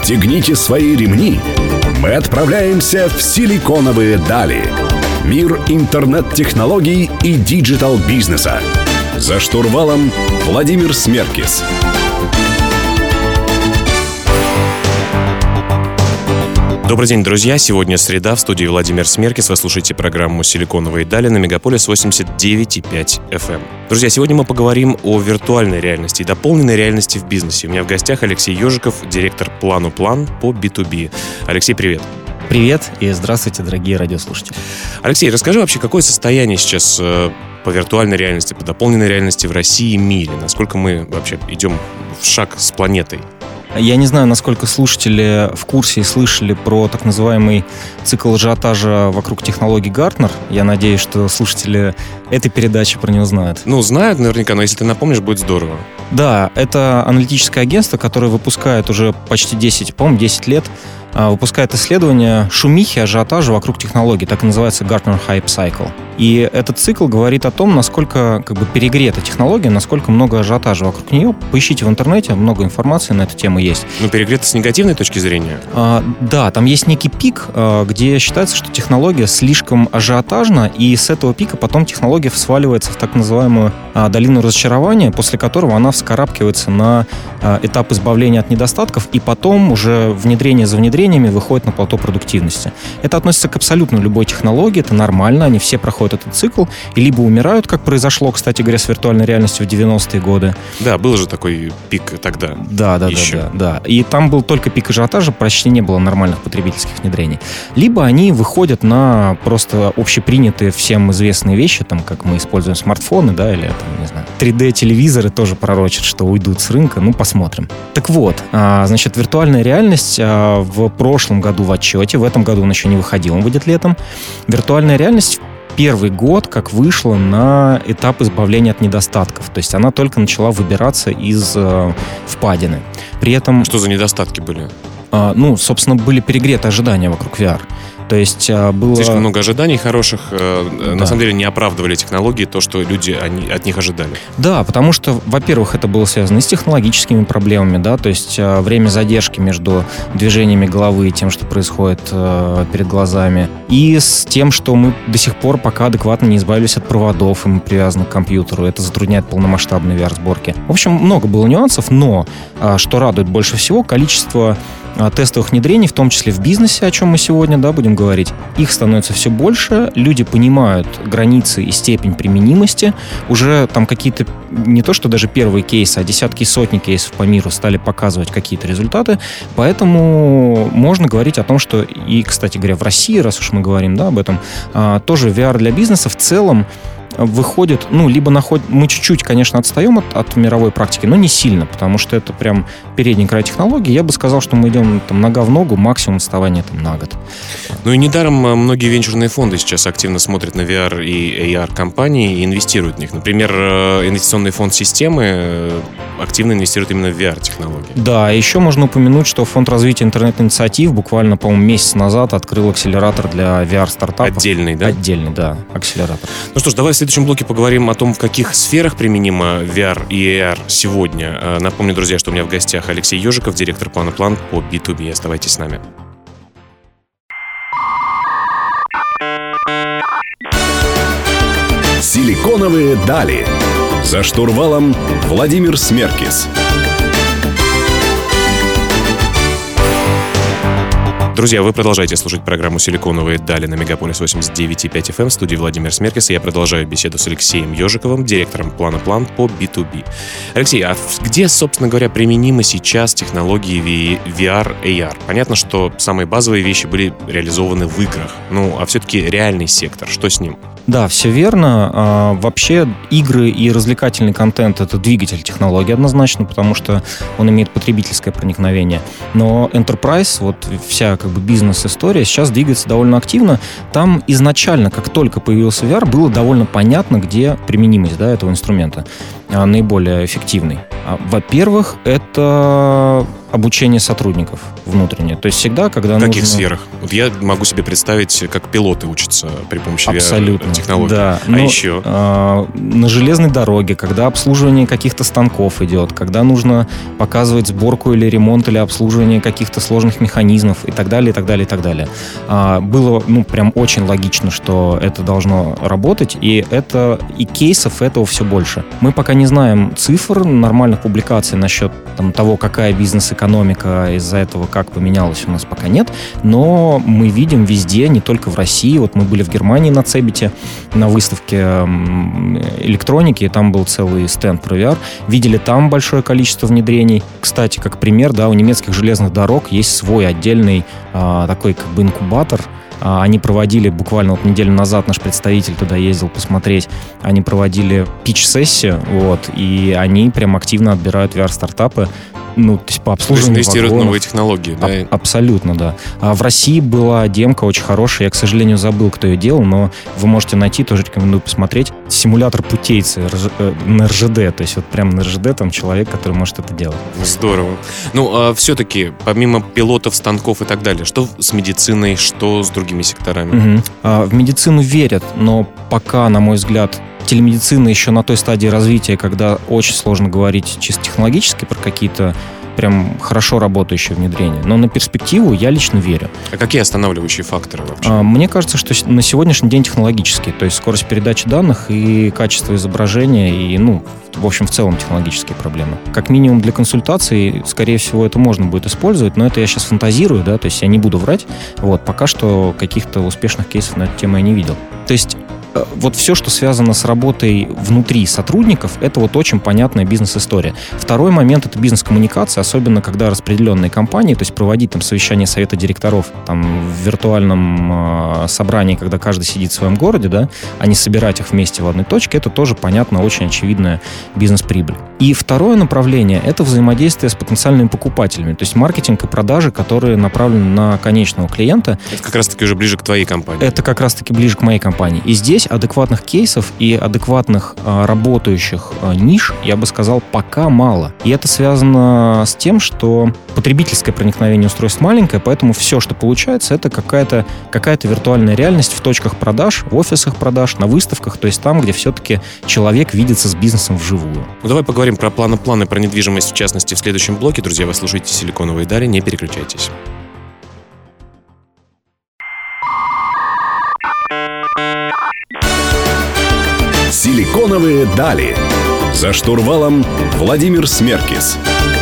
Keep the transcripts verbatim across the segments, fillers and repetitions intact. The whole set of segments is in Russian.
Пристегните свои ремни. Мы отправляемся в силиконовые дали. Мир интернет-технологий и диджитал-бизнеса. За штурвалом Владимир Смеркис. Добрый день, друзья. Сегодня среда. В студии Владимир Смеркис. Вы слушаете программу «Силиконовые дали» на Мегаполис восемьдесят девять и пять эф эм. Друзья, сегодня мы поговорим о виртуальной реальности и дополненной реальности в бизнесе. У меня в гостях Алексей Ежиков, директор Плану План по би ту би. Алексей, привет. Привет и здравствуйте, дорогие радиослушатели. Алексей, расскажи вообще, какое состояние сейчас э, по виртуальной реальности, по дополненной реальности в России и мире? Насколько мы вообще идем в шаг с планетой? Я не знаю, насколько слушатели в курсе и слышали про так называемый цикл ажиотажа вокруг технологий Гартнер. Я надеюсь, что слушатели этой передачи про него знают. Ну, знают наверняка, но если ты напомнишь, будет здорово. Да, это аналитическое агентство, которое выпускает уже почти десять, по-моему, десять лет, выпускает исследования шумихи, ажиотажа вокруг технологий, так и называется Gartner Hype Cycle. И этот цикл говорит о том, насколько как бы перегрета технология, насколько много ажиотажа вокруг нее. Поищите в интернете, много информации на эту тему есть. Ну, перегрета с негативной точки зрения? А, да, там есть некий пик, где считается, что технология слишком ажиотажна, и с этого пика потом технология сваливается в так называемую а, долину разочарования, после которого она вскарабкивается на а, этап избавления от недостатков, и потом уже внедрение за внедрением выходит на плато продуктивности. Это относится к абсолютно любой технологии, это нормально, они все проходят этот цикл и либо умирают, как произошло, кстати говоря, с виртуальной реальностью в девяностые годы. Да, был же такой пик тогда. Да, да, еще. да, да, да. И там был только пик ажиотажа, почти не было нормальных потребительских внедрений. Либо они выходят на просто общепринятые всем известные вещи, там, как мы используем смартфоны, да, или там, не знаю, три дэ-телевизоры тоже пророчат, что уйдут с рынка, ну, посмотрим. Так вот, а, значит, виртуальная реальность а, в В прошлом году в отчете, в этом году он еще не выходил, он выйдет летом. Виртуальная реальность первый год как вышла на этап избавления от недостатков. То есть она только начала выбираться из э, впадины. При этом... Что за недостатки были? Э, ну, собственно, были перегреты ожидания вокруг ви ар. То есть было... Слишком много ожиданий хороших, да. На самом деле не оправдывали технологии то, что люди они, от них ожидали. Да, потому что, во-первых, это было связано и с технологическими проблемами, да, то есть время задержки между движениями головы и тем, что происходит э, перед глазами, и с тем, что мы до сих пор пока адекватно не избавились от проводов, и мы привязаны к компьютеру, это затрудняет полномасштабные ви ар-сборки. В общем, много было нюансов, но, э, что радует больше всего, количество тестовых внедрений, в том числе в бизнесе, о чем мы сегодня, да, будем говорить, их становится все больше, люди понимают границы и степень применимости, уже там какие-то, не то что даже первые кейсы, а десятки и сотни кейсов по миру стали показывать какие-то результаты, поэтому можно говорить о том, что, и, кстати говоря, в России, раз уж мы говорим, да, об этом, тоже ви ар для бизнеса в целом выходит, ну, либо находит... Мы чуть-чуть, конечно, отстаем от, от мировой практики, но не сильно, потому что это прям передний край технологий. Я бы сказал, что мы идем там нога в ногу, максимум отставания там на год. Ну и недаром многие венчурные фонды сейчас активно смотрят на ви ар и эй ар-компании и инвестируют в них. Например, инвестиционный фонд «Системы» активно инвестирует именно в ви ар-технологии. Да, еще можно упомянуть, что Фонд развития интернет-инициатив буквально, по-моему, месяц назад открыл акселератор для ви ар-стартапов. Отдельный, да? Отдельный, да, акселератор. Ну что ж, давай в следующем блоке поговорим о том, в каких сферах применима ви ар и эй ар сегодня. Напомню, друзья, что у меня в гостях Алексей Ежиков, директор Плана План по би ту би. Оставайтесь с нами. Силиконовые дали. За штурвалом Владимир Смеркис. Друзья, вы продолжаете слушать программу «Силиконовые дали» на Мегаполис восемьдесят девять и пять эф эм в студии Владимир Смеркис. И я продолжаю беседу с Алексеем Ежиковым, директором Плана План по би ту би. Алексей, а где, собственно говоря, применимы сейчас технологии ви ар, эй ар? Понятно, что самые базовые вещи были реализованы в играх. Ну, а все-таки реальный сектор, что с ним? Да, все верно. А, вообще игры и развлекательный контент — это двигатель технологий однозначно, потому что он имеет потребительское проникновение. Но Enterprise, вот вся как бы бизнес-история сейчас двигается довольно активно. Там изначально, как только появился ви ар, было довольно понятно, где применимость, да, этого инструмента а, наиболее эффективной. А, во-первых, это обучение сотрудников внутреннее. То есть всегда, когда В каких нужно... сферах? Вот я могу себе представить, как пилоты учатся при помощи Абсолютно. технологий. Да. А Но, еще? Э, на железной дороге, когда обслуживание каких-то станков идет, когда нужно показывать сборку или ремонт, или обслуживание каких-то сложных механизмов и так далее, и так далее, и так далее. А, было, ну, прям очень логично, что это должно работать, и это, и кейсов этого все больше. Мы пока не знаем цифр, нормальных публикаций насчет там, того, какая бизнес-экономика из-за этого, как поменялась, у нас пока нет, но мы видим везде, не только в России. Вот мы были в Германии на Цебите, на выставке электроники, и там был целый стенд про ви ар. Видели там большое количество внедрений. Кстати, как пример, да, у немецких железных дорог есть свой отдельный а, такой как бы инкубатор. А, они проводили буквально вот неделю назад, наш представитель туда ездил посмотреть, они проводили питч-сессию, вот, и они прям активно отбирают ви ар-стартапы, ну, то есть по обслуживанию То есть инвестируют в вагонов. новые технологии, да? А- абсолютно, да. А в России была демка очень хорошая, я, к сожалению, забыл, кто ее делал, но вы можете найти, тоже рекомендую посмотреть. Симулятор путейцы РЖ, э, на эр жэ дэ, то есть вот прямо на эр жэ дэ там человек, который может это делать. Здорово. Ну, а все-таки, помимо пилотов, станков и так далее, что с медициной, что с другими секторами? Мгм. А, в медицину верят, но пока, на мой взгляд, телемедицина еще на той стадии развития, когда очень сложно говорить чисто технологически про какие-то прям хорошо работающие внедрения. Но на перспективу я лично верю. А какие останавливающие факторы вообще? А, Мне кажется, что с- на сегодняшний день технологические, то есть скорость передачи данных и качество изображения, и, ну, в общем, в целом технологические проблемы. Как минимум для консультаций, скорее всего, это можно будет использовать, но это я сейчас фантазирую, да, то есть я не буду врать. Вот, пока что каких-то успешных кейсов на эту тему я не видел. То есть э, вот все, что связано с работой внутри сотрудников, это вот очень понятная бизнес-история. Второй момент — это бизнес-коммуникация, особенно когда распределенные компании, то есть проводить там совещание совета директоров там в виртуальном э, собрании, когда каждый сидит в своем городе, да, а не собирать их вместе в одной точке, это тоже, понятно, очень очевидная бизнес-прибыль. И второе направление — это взаимодействие с потенциальными покупателями, то есть маркетинг и продажи, которые направлены на конечного клиента. Это как раз-таки уже ближе к твоей компании. Это как раз-таки ближе к моей компании. И здесь адекватных кейсов и адекватных а, работающих а, ниш, я бы сказал, пока мало. И это связано с тем, что потребительское проникновение устройств маленькое, поэтому все, что получается, это какая-то, какая-то виртуальная реальность в точках продаж, в офисах продаж, на выставках, то есть там, где все-таки человек видится с бизнесом вживую. Ну, давай поговорим про планы-планы, про недвижимость, в частности, в следующем блоке. Друзья, вы слушаете «Силиконовые дали», не переключайтесь. «Силиконовые дали». За штурвалом Владимир Смеркис.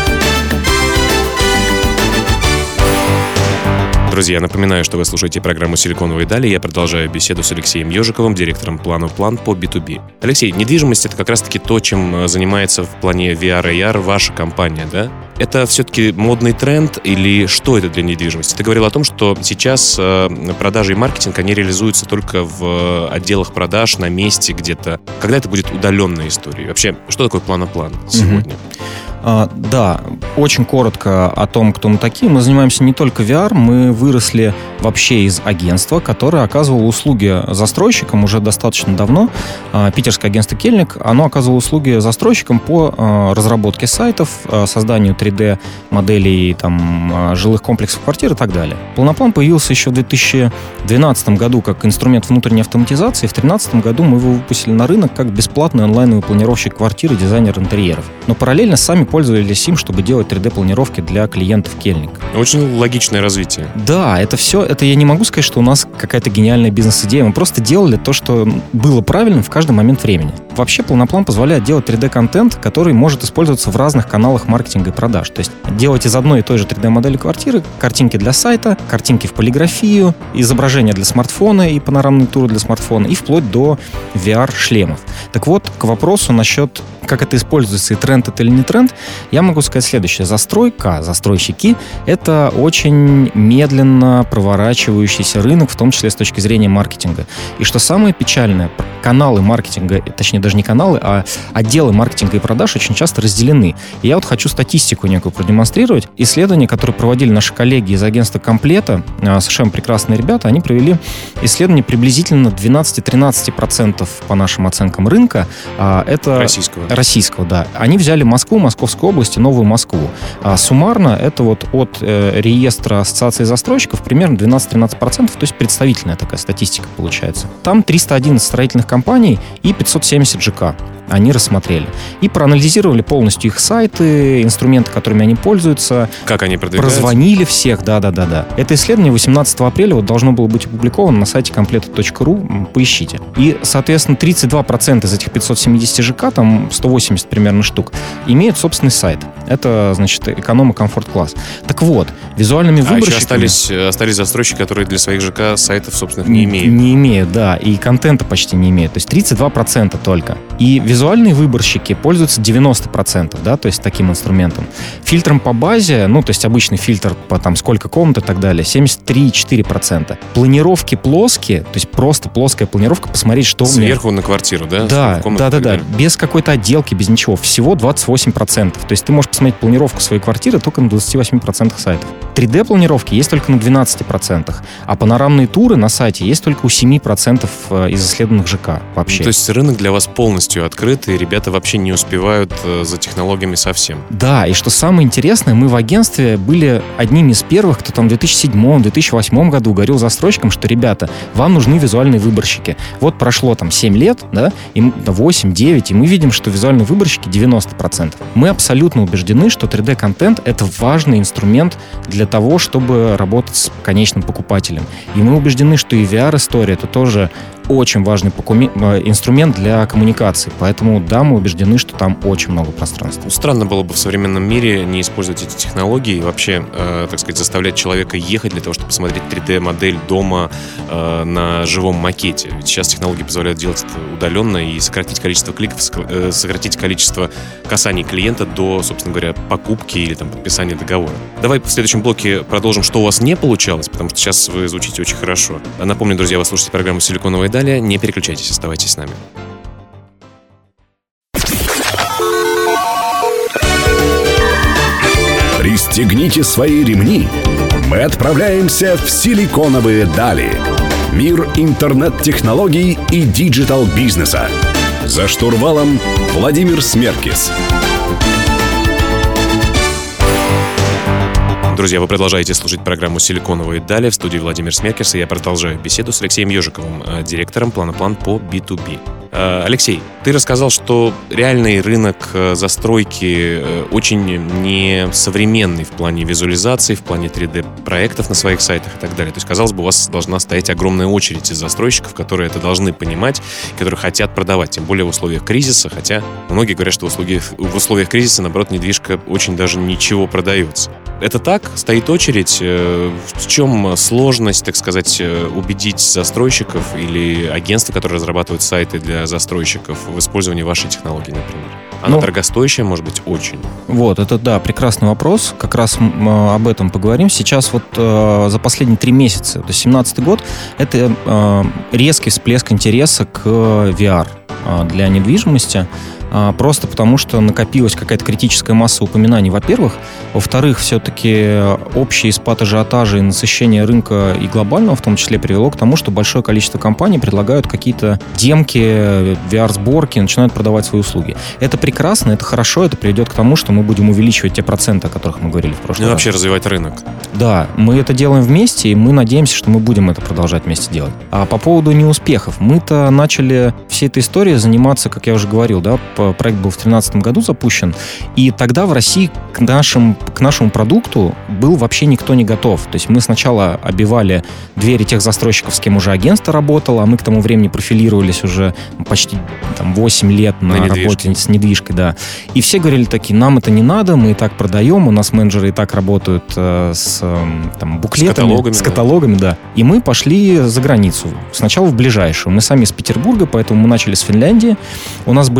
Друзья, напоминаю, что вы слушаете программу «Силиконовые дали». Я продолжаю беседу с Алексеем Ежиковым, директором плана «План» по би ту би. Алексей, недвижимость — это как раз-таки то, чем занимается в плане ви ар и эй ар ваша компания, да? Это все-таки модный тренд или что это для недвижимости? Ты говорил о том, что сейчас э, продажи и маркетинг, они реализуются только в отделах продаж, на месте где-то. Когда это будет удаленная история? Вообще, что такое план-план сегодня? А, да, очень коротко о том, кто мы такие. Мы занимаемся не только ви ар, мы выросли вообще из агентства, которое оказывало услуги застройщикам уже достаточно давно. А, питерское агентство «Кельник», оно оказывало услуги застройщикам по а, разработке сайтов, а, созданию три дэ-моделей там, а, жилых комплексов квартир и так далее. Планоплан появился еще в две тысячи двенадцатом году как инструмент внутренней автоматизации. В две тысячи тринадцатом году мы его выпустили на рынок как бесплатный онлайновый планировщик квартир и дизайнер интерьеров. Но параллельно сами пользовались им, чтобы делать три дэ-планировки для клиентов «Кельник». Очень логичное развитие. Да, это все, это я не могу сказать, что у нас какая-то гениальная бизнес-идея. Мы просто делали то, что было правильным в каждый момент времени. Вообще, планоплан позволяет делать три дэ-контент, который может использоваться в разных каналах маркетинга и продаж. То есть делать из одной и той же три дэ-модели квартиры картинки для сайта, картинки в полиграфию, изображения для смартфона и панорамные туры для смартфона, и вплоть до ви ар-шлемов. Так вот, к вопросу насчет, как это используется, и тренд это или не тренд, я могу сказать следующее. Застройка, застройщики — это очень медленно проворачивающийся рынок, в том числе с точки зрения маркетинга. И что самое печальное, каналы маркетинга, точнее даже не каналы, а отделы маркетинга и продаж очень часто разделены. И я вот хочу статистику некую продемонстрировать. Исследования, которые проводили наши коллеги из агентства Комплета, совершенно прекрасные ребята, они провели исследование приблизительно двенадцать-тринадцать процентов по нашим оценкам рынка. Это российского. Российского, да. Они взяли Москву, Московскую область и Новую Москву. А суммарно это вот от э, реестра ассоциации застройщиков примерно двенадцать-тринадцать процентов, то есть представительная такая статистика получается. Там триста одиннадцать строительных компаний и пятьсот семьдесят ЖК они рассмотрели. И проанализировали полностью их сайты, инструменты, которыми они пользуются. Как они продвигаются? Прозвонили всех, да-да-да. Это исследование восемнадцатого апреля вот должно было быть опубликовано на сайте комплета точка ру. Поищите. И, соответственно, тридцать два процента из этих пятьсот семьдесят ЖК, там сто восемьдесят примерно штук, имеют собственный сайт. Это, значит, эконом- и комфорт-класс. Так вот, визуальными выборщиками... А еще остались, остались застройщики, которые для своих ЖК сайтов собственных не имеют. Не имеют, да. И контента почти не имеют. То есть тридцать два процента только. И визуальные выборщики пользуются девяносто процентов, да, то есть таким инструментом. Фильтром по базе, ну, то есть обычный фильтр по там сколько комнат и так далее, семьдесят три целых четыре десятых процента. Планировки плоские, то есть просто плоская планировка, посмотреть, что у меня... Сверху на квартиру, да? Да, да, да, да. Без какой-то отделки, без ничего. Всего двадцать восемь процентов. То есть ты можешь посмотреть планировку своей квартиры только на двадцати восьми процентах сайтов. три дэ планировки есть только на двенадцати процентах, а панорамные туры на сайте есть только у семи процентов из исследованных ЖК вообще. То есть рынок для вас полностью открыт, и ребята вообще не успевают за технологиями совсем. Да, и что самое интересное, мы в агентстве были одними из первых, кто там в две тысячи седьмом - две тысячи восьмом году говорил застройщикам, что, ребята, вам нужны визуальные выборщики. Вот прошло там семь лет, да, и восемь-девять, и мы видим, что визуальные выборщики девяносто процентов. Мы абсолютно убеждены, что три дэ-контент — это важный инструмент для того, чтобы работать с конечным покупателем. И мы убеждены, что и ви ар-история — это тоже очень важный покуми... инструмент для коммуникации. Поэтому, да, мы убеждены, что там очень много пространства. Странно было бы в современном мире не использовать эти технологии и вообще, э, так сказать, заставлять человека ехать для того, чтобы посмотреть три дэ-модель дома э, на живом макете. Ведь сейчас технологии позволяют делать это удаленно и сократить количество кликов, э, сократить количество касаний клиента до, собственно говоря, покупки или там, подписания договора. Давай в следующем блоке продолжим, что у вас не получалось, потому что сейчас вы звучите очень хорошо. Напомню, друзья, вы слушаете программу «Силиконовые дали». Не переключайтесь, оставайтесь с нами. Пристегните свои ремни. Мы отправляемся в Силиконовые дали. Мир интернет-технологий и диджитал-бизнеса. За штурвалом Владимир Смеркис. Друзья, вы продолжаете слушать программу «Силиконовые дали». В студии Владимир Смеркис, и я продолжаю беседу с Алексеем Ежиковым, директором плана план по би ту би. Алексей, ты рассказал, что реальный рынок застройки очень несовременный в плане визуализации, в плане три дэ-проектов на своих сайтах и так далее. То есть, казалось бы, у вас должна стоять огромная очередь из застройщиков, которые это должны понимать, которые хотят продавать, тем более в условиях кризиса, хотя многие говорят, что в условиях, в условиях кризиса, наоборот, недвижка очень даже ничего продается. Это так? Стоит очередь? В чем сложность, так сказать, убедить застройщиков или агентства, которые разрабатывают сайты для застройщиков, в использовании вашей технологии, например? Она ну, дорогостоящая, может быть, очень? Вот, это, да, прекрасный вопрос. Как раз э, об этом поговорим. Сейчас вот э, за последние три месяца, то есть семнадцатый год, это э, резкий всплеск интереса к ви ар э, для недвижимости. Просто потому, что накопилась какая-то критическая масса упоминаний, во-первых. Во-вторых, все-таки общий спад ажиотажа и насыщение рынка и глобального в том числе привело к тому, что большое количество компаний предлагают какие-то демки, ви ар-сборки, начинают продавать свои услуги. Это прекрасно, это хорошо, это приведет к тому, что мы будем увеличивать те проценты, о которых мы говорили в прошлом Ну и раз. вообще развивать рынок. Да, мы это делаем вместе, и мы надеемся, что мы будем это продолжать вместе делать. А по поводу неуспехов. Мы-то начали всей этой историей заниматься, как я уже говорил, да, проект был в две тысячи тринадцатом году запущен, и тогда в России к, нашим, к нашему продукту был вообще никто не готов. То есть мы сначала оббивали двери тех застройщиков, с кем уже агентство работало, а мы к тому времени профилировались уже почти там, восемь лет на, на работе с недвижкой. Да. И все говорили такие, нам это не надо, мы и так продаем, у нас менеджеры и так работают э, с там, буклетами, с каталогами, с каталогами да. да. И мы пошли за границу. Сначала в ближайшую. Мы сами из Петербурга, поэтому мы начали с Финляндии. У нас были пилотные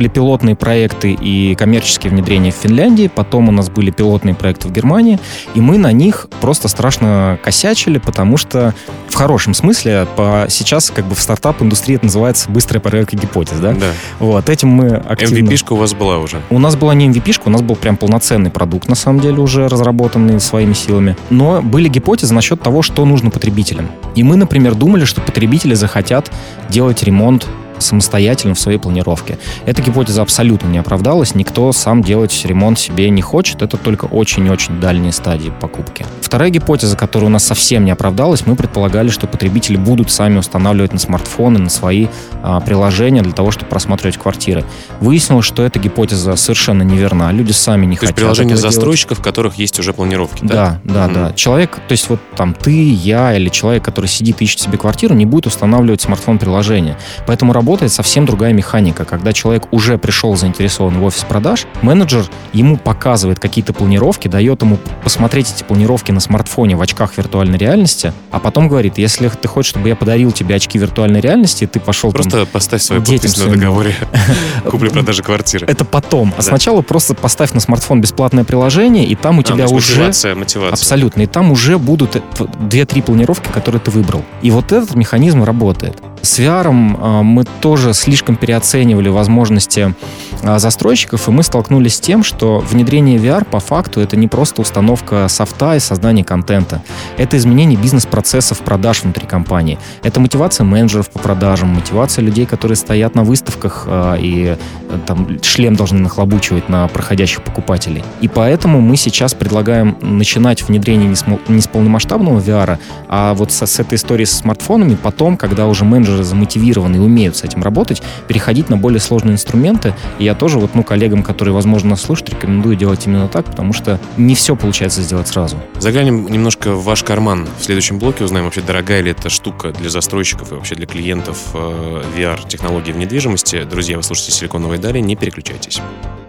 пилотные проекты и коммерческие внедрения в Финляндии, потом у нас были пилотные проекты в Германии, и мы на них просто страшно косячили, потому что в хорошем смысле по, сейчас как бы в стартап-индустрии это называется быстрая проверка гипотез, да? Да. Вот, этим мы активно... эм ви пи-шка у вас была уже? У нас была не эм ви пи-шка, у нас был прям полноценный продукт, на самом деле, уже разработанный своими силами. Но были гипотезы насчет того, что нужно потребителям. И мы, например, думали, что потребители захотят делать ремонт самостоятельно в своей планировке. Эта гипотеза абсолютно не оправдалась. Никто сам делать ремонт себе не хочет. Это только очень-очень дальние стадии покупки. Вторая гипотеза, которая у нас совсем не оправдалась, мы предполагали, что потребители будут сами устанавливать на смартфоны, на свои а, приложения для того, чтобы просматривать квартиры. Выяснилось, что эта гипотеза совершенно неверна. Люди сами не то хотят. То есть приложения застройщиков, делать. в которых есть уже планировки, да? Да, да, mm-hmm. да. Человек, то есть вот там ты, я или человек, который сидит и ищет себе квартиру, не будет устанавливать смартфон-приложение. Поэтому работает совсем другая механика. Когда человек уже пришел заинтересован в офис продаж, менеджер ему показывает какие-то планировки, дает ему посмотреть эти планировки на смартфоне в очках виртуальной реальности, а потом говорит, если ты хочешь, чтобы я подарил тебе очки виртуальной реальности, ты пошел просто там, поставь свою подпись на договоре купли-продажи квартиры. Это потом. А сначала просто поставь на смартфон бесплатное приложение, и там у тебя уже... Мотивация, мотивация. Абсолютно. И там уже будут две-три планировки, которые ты выбрал. И вот этот механизм работает. С ви ар мы тоже слишком переоценивали возможности застройщиков, и мы столкнулись с тем, что внедрение ви ар по факту это не просто установка софта и создание контента. Это изменение бизнес-процессов продаж внутри компании. Это мотивация менеджеров по продажам, мотивация людей, которые стоят на выставках и там шлем должны нахлобучивать на проходящих покупателей. И поэтому мы сейчас предлагаем начинать внедрение не с полномасштабного ви ар, а вот с, с этой историей с смартфонами, потом, когда уже менеджеры замотивированы и умеют с этим работать, переходить на более сложные инструменты. И я тоже вот, ну, коллегам, которые, возможно, нас слушают, рекомендую делать именно так, потому что не все получается сделать сразу. Заглянем немножко в ваш карман. В следующем блоке узнаем, вообще дорогая ли эта штука для застройщиков и вообще для клиентов э, ви ар-технологии в недвижимости. Друзья, вы слушаете «Силиконовые дали», не переключайтесь.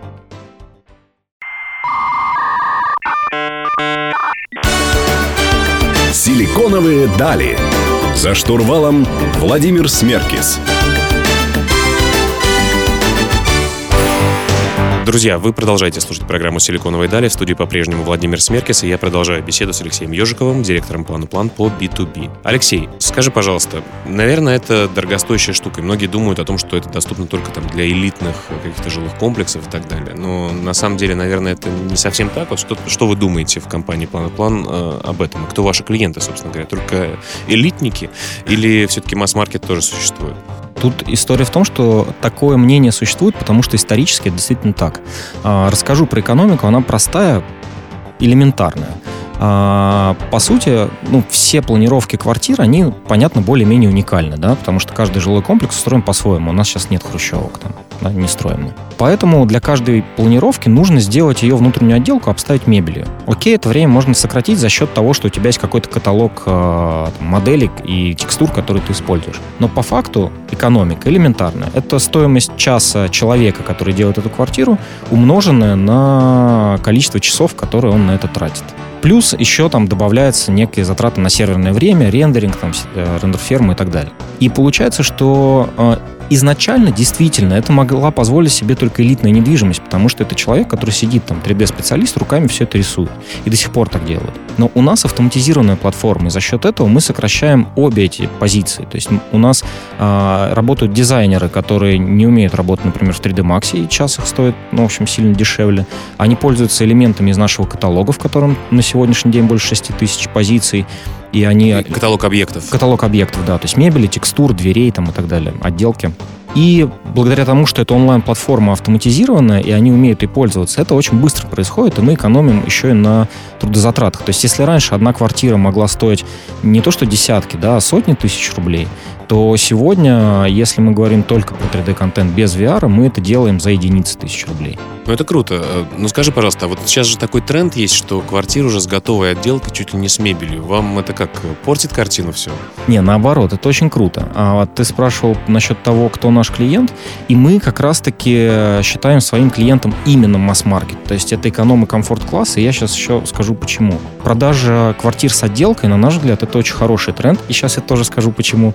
«Силиконовые дали». За штурвалом Владимир Смеркис. Друзья, вы продолжаете слушать программу «Силиконовые дали». В студии по-прежнему Владимир Смеркис, и я продолжаю беседу с Алексеем Ежиковым, директором плана план по би ту би. Алексей, скажи, пожалуйста, наверное, это дорогостоящая штука, и многие думают о том, что это доступно только там для элитных каких-то жилых комплексов и так далее. Но на самом деле, наверное, это не совсем так. Вот что, что вы думаете в компании «План план» э, об этом? Кто ваши клиенты, собственно говоря? Только элитники или все-таки масс-маркет тоже существует? Тут история в том, что такое мнение существует, потому что исторически это действительно так. Расскажу про экономику, она простая, элементарная. По сути, ну, все планировки квартир, они, понятно, более-менее уникальны, да, потому что каждый жилой комплекс устроен по-своему. У нас сейчас нет хрущевок там, да, не строим мы. Поэтому для каждой планировки нужно сделать ее внутреннюю отделку, обставить мебелью. Окей, это время можно сократить за счет того, что у тебя есть какой-то каталог э, моделек и текстур, которые ты используешь. Но по факту экономика элементарная. Это стоимость часа человека, который делает эту квартиру, умноженная на количество часов, которые он на это тратит. Плюс еще там добавляются некие затраты на серверное время, рендеринг, там, рендер-ферму и так далее. И получается, что э, изначально действительно это могла позволить себе только элитная недвижимость, потому что это человек, который сидит там, три дэ-специалист, руками все это рисует. И до сих пор так делают. Но у нас автоматизированная платформа, и за счет этого мы сокращаем обе эти позиции. То есть у нас э, работают дизайнеры, которые не умеют работать, например, в три дэ Max, и час их стоит, ну, в общем, сильно дешевле. Они пользуются элементами из нашего каталога, в котором на сегодняшний день больше шесть тысяч позиций. И они... И каталог объектов. Каталог объектов, да. То есть мебели, текстур, дверей там, и так далее, отделки. И благодаря тому, что эта онлайн-платформа автоматизированная, и они умеют ей пользоваться, это очень быстро происходит, и мы экономим еще и на трудозатратах. То есть если раньше одна квартира могла стоить не то что десятки, да, а сотни тысяч рублей, то сегодня, если мы говорим только про три дэ-контент без ви ар, мы это делаем за единицы тысяч рублей. Ну, это круто. Ну, скажи, пожалуйста, а вот сейчас же такой тренд есть, что квартира уже с готовой отделкой, чуть ли не с мебелью. Вам это как, портит картину все? Не, наоборот, это очень круто. А вот ты спрашивал насчет того, кто наш клиент, и мы как раз-таки считаем своим клиентом именно масс-маркет. То есть это эконом- и комфорт-класс, и я сейчас еще скажу почему. Продажа квартир с отделкой, на наш взгляд, это очень хороший тренд, и сейчас я тоже скажу почему. А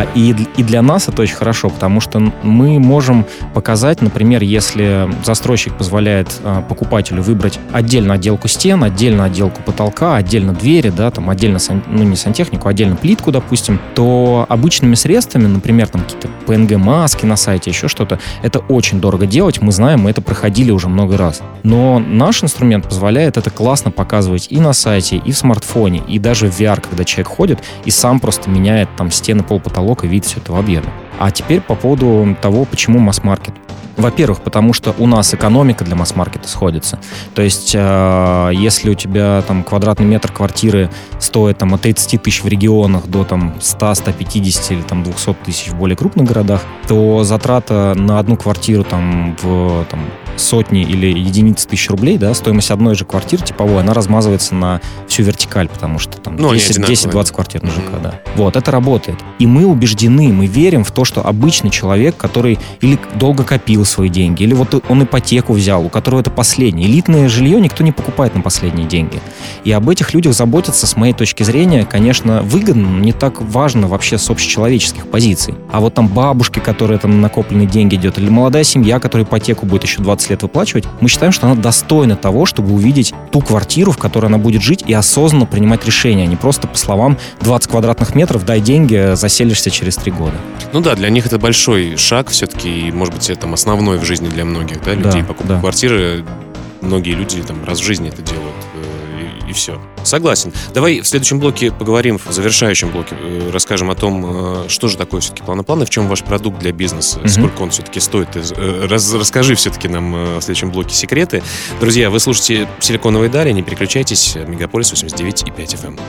И, и для нас это очень хорошо, потому что мы можем показать, например, если застройщик позволяет а, покупателю выбрать отдельно отделку стен, отдельно отделку потолка, отдельно двери, да, там отдельно, сан, ну не сантехнику, отдельно плитку, допустим, то обычными средствами, например, там какие-то пэ эн гэ-маски на сайте, еще что-то, это очень дорого делать, мы знаем, мы это проходили уже много раз. Но наш инструмент позволяет это классно показывать и на сайте, и в смартфоне, и даже в ви ар, когда человек ходит и сам просто меняет там стены, пол, потолок и видит все это в объеме. А теперь по поводу того, почему масс-маркет. Во-первых, потому что у нас экономика для масс-маркета сходится. То есть, э, если у тебя там квадратный метр квартиры стоит там, от тридцать тысяч в регионах до там, сто - сто пятьдесят или там, двести тысяч в более крупных городах, то затрата на одну квартиру там, в там, сотни или единицы тысяч рублей, да, стоимость одной же квартиры типовой, она размазывается на всю вертикаль, потому что там ну, десять-двадцать квартир на ЖК, mm-hmm. да. Вот, это работает. И мы убеждены, мы верим в то, что обычный человек, который или долго копил свои деньги, или вот он ипотеку взял, у которого это последнее. Элитное жилье никто не покупает на последние деньги. И об этих людях заботиться, с моей точки зрения, конечно, выгодно, но не так важно вообще с общечеловеческих позиций. А вот там бабушки, которые там на накопленные деньги идет, или молодая семья, которая ипотеку будет еще двадцать лет выплачивать, мы считаем, что она достойна того, чтобы увидеть ту квартиру, в которой она будет жить, и осознанно принимать решения, а не просто по словам двадцать квадратных метров, дай деньги, заселишься через три года. Ну да, для них это большой шаг все-таки, и, может быть, это там основной в жизни для многих, да, людей. Да, покупка да. квартиры, многие люди там раз в жизни это делают, и, и все. Согласен. Давай в следующем блоке поговорим, в завершающем блоке расскажем о том, что же такое все-таки план-план, и в чем ваш продукт для бизнеса, mm-hmm. сколько он все-таки стоит. Раз, расскажи все-таки нам в следующем блоке секреты. Друзья, вы слушаете «Силиконовые дали», не переключайтесь, Мегаполис восемьдесят девять и пять эф эм.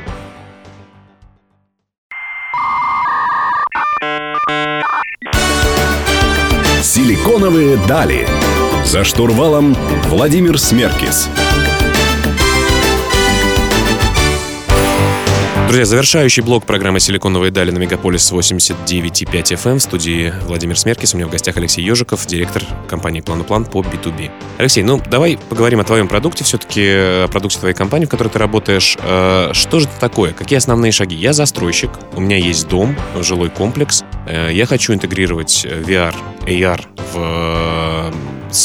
«Силиконовые дали». За штурвалом Владимир Смеркис. Друзья, завершающий блок программы «Силиконовые дали» на Мегаполис восемьдесят девять и пять эф эм. В студии Владимир Смеркис. У меня в гостях Алексей Ежиков, директор компании «План-план» по би ту би. Алексей, ну давай поговорим о твоем продукте, все-таки о продукте твоей компании, в которой ты работаешь. Что же это такое? Какие основные шаги? Я застройщик, у меня есть дом, жилой комплекс. Я хочу интегрировать ви ар, эй ар в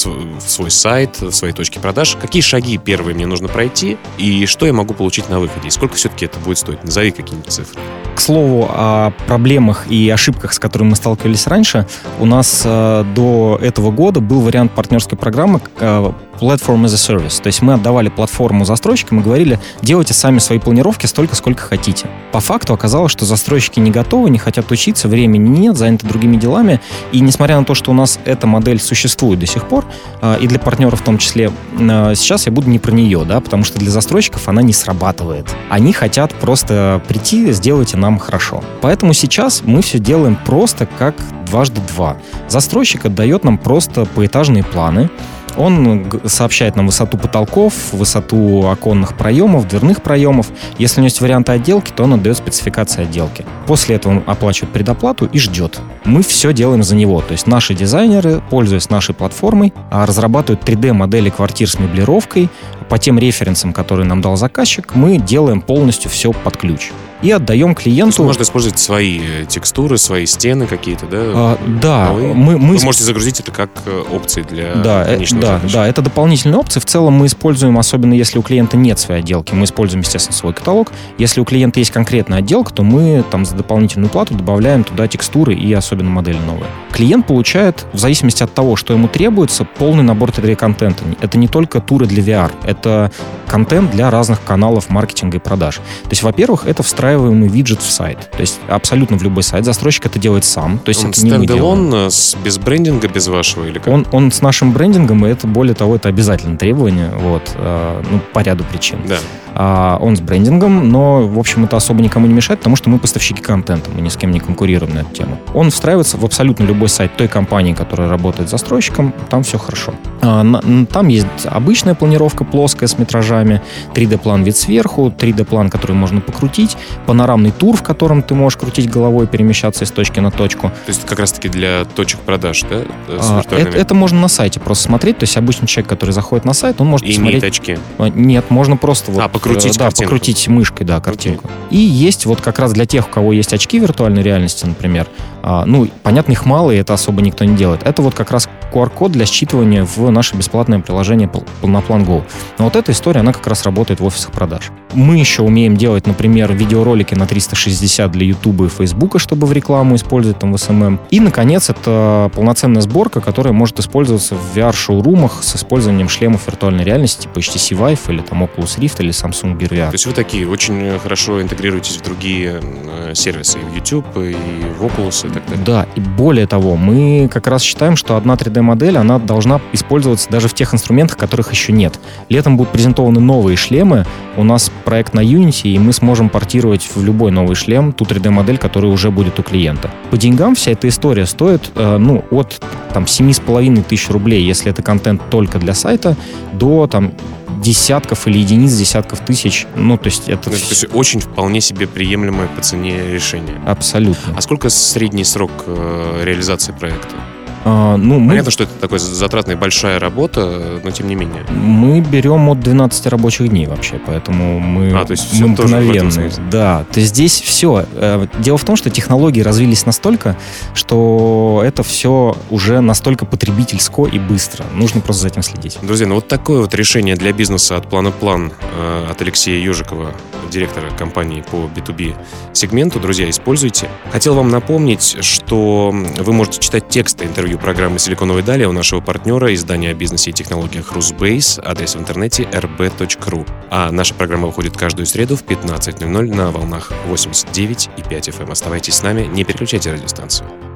в свой сайт, в свои точки продаж. Какие шаги первые мне нужно пройти и что я могу получить на выходе? И сколько все-таки это будет стоить? Назови какие-нибудь цифры. К слову о проблемах и ошибках, с которыми мы сталкивались раньше, у нас э, до этого года был вариант партнерской программы э, Platform as a Service. То есть мы отдавали платформу застройщикам и говорили, делайте сами свои планировки столько, сколько хотите. По факту оказалось, что застройщики не готовы, не хотят учиться, времени нет, заняты другими делами. И несмотря на то, что у нас эта модель существует до сих пор, и для партнеров в том числе, сейчас я буду не про нее, да, потому что для застройщиков она не срабатывает. Они хотят просто прийти, сделайте нам хорошо. Поэтому сейчас мы все делаем просто как дважды два. Застройщик отдает нам просто поэтажные планы. Он сообщает нам высоту потолков, высоту оконных проемов, дверных проемов. Если у него есть варианты отделки, то он отдает спецификации отделки. После этого он оплачивает предоплату и ждет. Мы все делаем за него. То есть наши дизайнеры, пользуясь нашей платформой, разрабатывают три дэ-модели квартир с меблировкой. По тем референсам, которые нам дал заказчик, мы делаем полностью все под ключ. И отдаем клиенту... Можно использовать свои текстуры, свои стены какие-то, да? А, да. Мы, мы, Вы можете загрузить это как опции для да, конечного да, заказчика. Да, это дополнительные опции. В целом мы используем, особенно если у клиента нет своей отделки, мы используем, естественно, свой каталог. Если у клиента есть конкретная отделка, то мы там за дополнительную плату добавляем туда текстуры и особенно модели новые. Клиент получает, в зависимости от того, что ему требуется, полный набор три дэ-контента. Это не только туры для ви ар, это контент для разных каналов маркетинга и продаж. То есть, во-первых, это встраиваемый виджет в сайт. То есть абсолютно в любой сайт. Застройщик это делает сам. То есть он это не мы делаем. Без брендинга, без вашего? Или как? Он, он с нашим брендингом, и это, более того, это обязательное требование, вот, э, ну, по ряду причин. Да. А, он с брендингом, но, в общем, это особо никому не мешает, потому что мы поставщики контента, мы ни с кем не конкурируем на эту тему. Он встраивается в абсолютно любой сайт той компании, которая работает с застройщиком, там все хорошо. Там есть обычная планировка плоская с метражами, три дэ-план вид сверху, три дэ-план, который можно покрутить, панорамный тур, в котором ты можешь крутить головой, перемещаться из точки на точку. То есть как раз-таки для точек продаж, да? А, это, это можно на сайте просто смотреть. То есть обычный человек, который заходит на сайт, он может и посмотреть... имеет очки? Нет, можно просто вот... А, покрутить да, картинку. покрутить мышкой, да, картинку. Okay. И есть вот как раз для тех, у кого есть очки виртуальной реальности, например, а, ну, понятно, их мало, и это особо никто не делает. Это вот как раз ку ар-код для считывания в наше бесплатное приложение Планоплан Go. Но вот эта история, она как раз работает в офисах продаж. Мы еще умеем делать, например, видеоролики на триста шестьдесят для YouTube и Facebook, чтобы в рекламу использовать там в эс эм эм. И, наконец, это полноценная сборка, которая может использоваться в ви ар-шоурумах с использованием шлемов виртуальной реальности, типа эйч ти си Vive или там Oculus Rift или Samsung Gear ви ар. То есть вы такие очень хорошо интегрируетесь в другие э, сервисы, и в YouTube, и в Oculus, и так далее. Да, и более того, мы как раз считаем, что одна три дэ-модель, она должна использоваться даже в тех инструментах, которых еще нет. Летом будут презентованы новые шлемы. У нас проект на Unity, и мы сможем портировать в любой новый шлем ту три дэ-модель, которая уже будет у клиента. По деньгам вся эта история стоит э, ну, от там, семь с половиной тысяч рублей, если это контент только для сайта, до там, десятков или единиц десятков тысяч. Ну, то есть это... Ну, то есть очень вполне себе приемлемое по цене решение. Абсолютно. А сколько средний срок э, реализации проекта? А, ну, мы... Понятно, что это такая затратная большая работа, но тем не менее. Мы берем от двенадцати рабочих дней вообще, поэтому мы, а, то есть все мы тоже мгновенные. Да, то есть здесь все. Дело в том, что технологии развились настолько, что это все уже настолько потребительско и быстро. Нужно просто за этим следить. Друзья, ну вот такое вот решение для бизнеса от Планоплан э, от Алексея Ежикова, директора компании по би ту би сегменту. Друзья, используйте. Хотел вам напомнить, что вы можете читать тексты интервью программы «Силиконовые дали» у нашего партнера, издания о бизнесе и технологиях Rusbase, адрес в интернете эр би точка ру. А наша программа выходит каждую среду в пятнадцать ноль ноль на волнах восемьдесят девять и пять эф эм. Оставайтесь с нами, не переключайте радиостанцию.